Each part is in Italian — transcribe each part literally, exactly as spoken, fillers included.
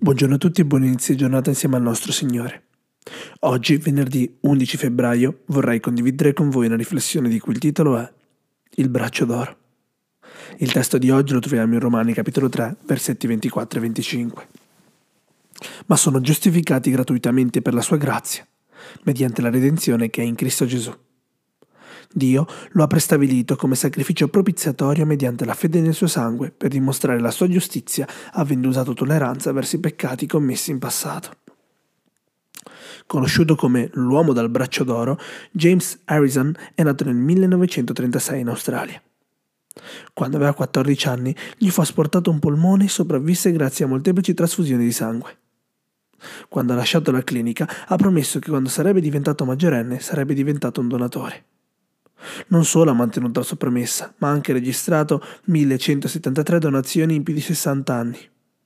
Buongiorno a tutti e buon inizio di giornata insieme al nostro Signore. Oggi, venerdì undici febbraio, vorrei condividere con voi una riflessione di cui il titolo è Il braccio d'oro. Il testo di oggi lo troviamo in Romani capitolo tre, versetti ventiquattro e venticinque. Ma sono giustificati gratuitamente per la sua grazia, mediante la redenzione che è in Cristo Gesù. Dio lo ha prestabilito come sacrificio propiziatorio mediante la fede nel suo sangue per dimostrare la sua giustizia, avendo usato tolleranza verso i peccati commessi in passato. Conosciuto come l'uomo dal braccio d'oro, James Harrison è nato nel millenovecentotrentasei in Australia. Quando aveva quattordici anni gli fu asportato un polmone e sopravvisse grazie a molteplici trasfusioni di sangue. Quando ha lasciato la clinica ha promesso che quando sarebbe diventato maggiorenne sarebbe diventato un donatore. Non solo ha mantenuto la sua promessa, ma ha anche registrato millecentosettantatré donazioni in più di sessanta anni.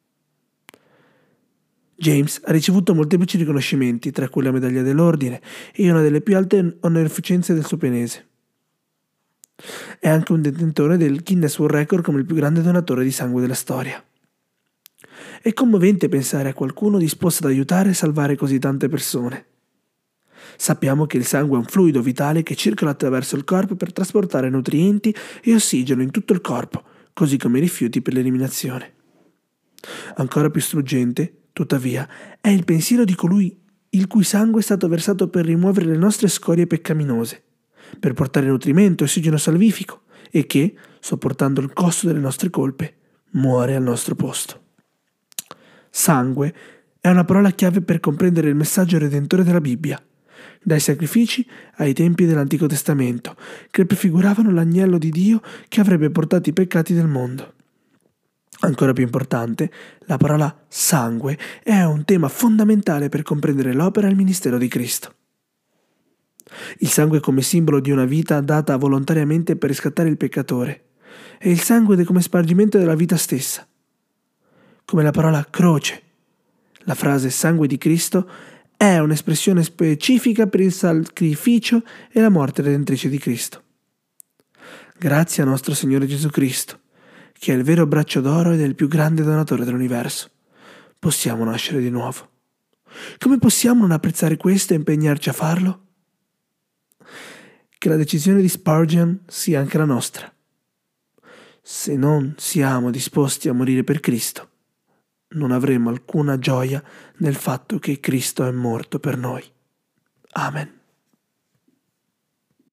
James ha ricevuto molteplici riconoscimenti, tra cui la medaglia dell'ordine e una delle più alte onorificenze del suo paese. È anche un detentore del Guinness World Record come il più grande donatore di sangue della storia. È commovente pensare a qualcuno disposto ad aiutare e salvare così tante persone. Sappiamo che il sangue è un fluido vitale che circola attraverso il corpo per trasportare nutrienti e ossigeno in tutto il corpo, così come i rifiuti per l'eliminazione. Ancora più struggente, tuttavia, è il pensiero di colui il cui sangue è stato versato per rimuovere le nostre scorie peccaminose, per portare nutrimento e ossigeno salvifico e che, sopportando il costo delle nostre colpe, muore al nostro posto. Sangue è una parola chiave per comprendere il messaggio redentore della Bibbia, dai sacrifici ai tempi dell'Antico Testamento, che prefiguravano l'agnello di Dio che avrebbe portato i peccati del mondo. Ancora più importante, la parola sangue è un tema fondamentale per comprendere l'opera e il ministero di Cristo. Il sangue come simbolo di una vita data volontariamente per riscattare il peccatore, e il sangue come spargimento della vita stessa. Come la parola croce, la frase sangue di Cristo è un'espressione specifica per il sacrificio e la morte redentrice di Cristo. Grazie a nostro Signore Gesù Cristo, che è il vero braccio d'oro ed è il più grande donatore dell'universo, possiamo nascere di nuovo. Come possiamo non apprezzare questo e impegnarci a farlo? Che la decisione di Spurgeon sia anche la nostra. Se non siamo disposti a morire per Cristo, non avremo alcuna gioia nel fatto che Cristo è morto per noi. Amen.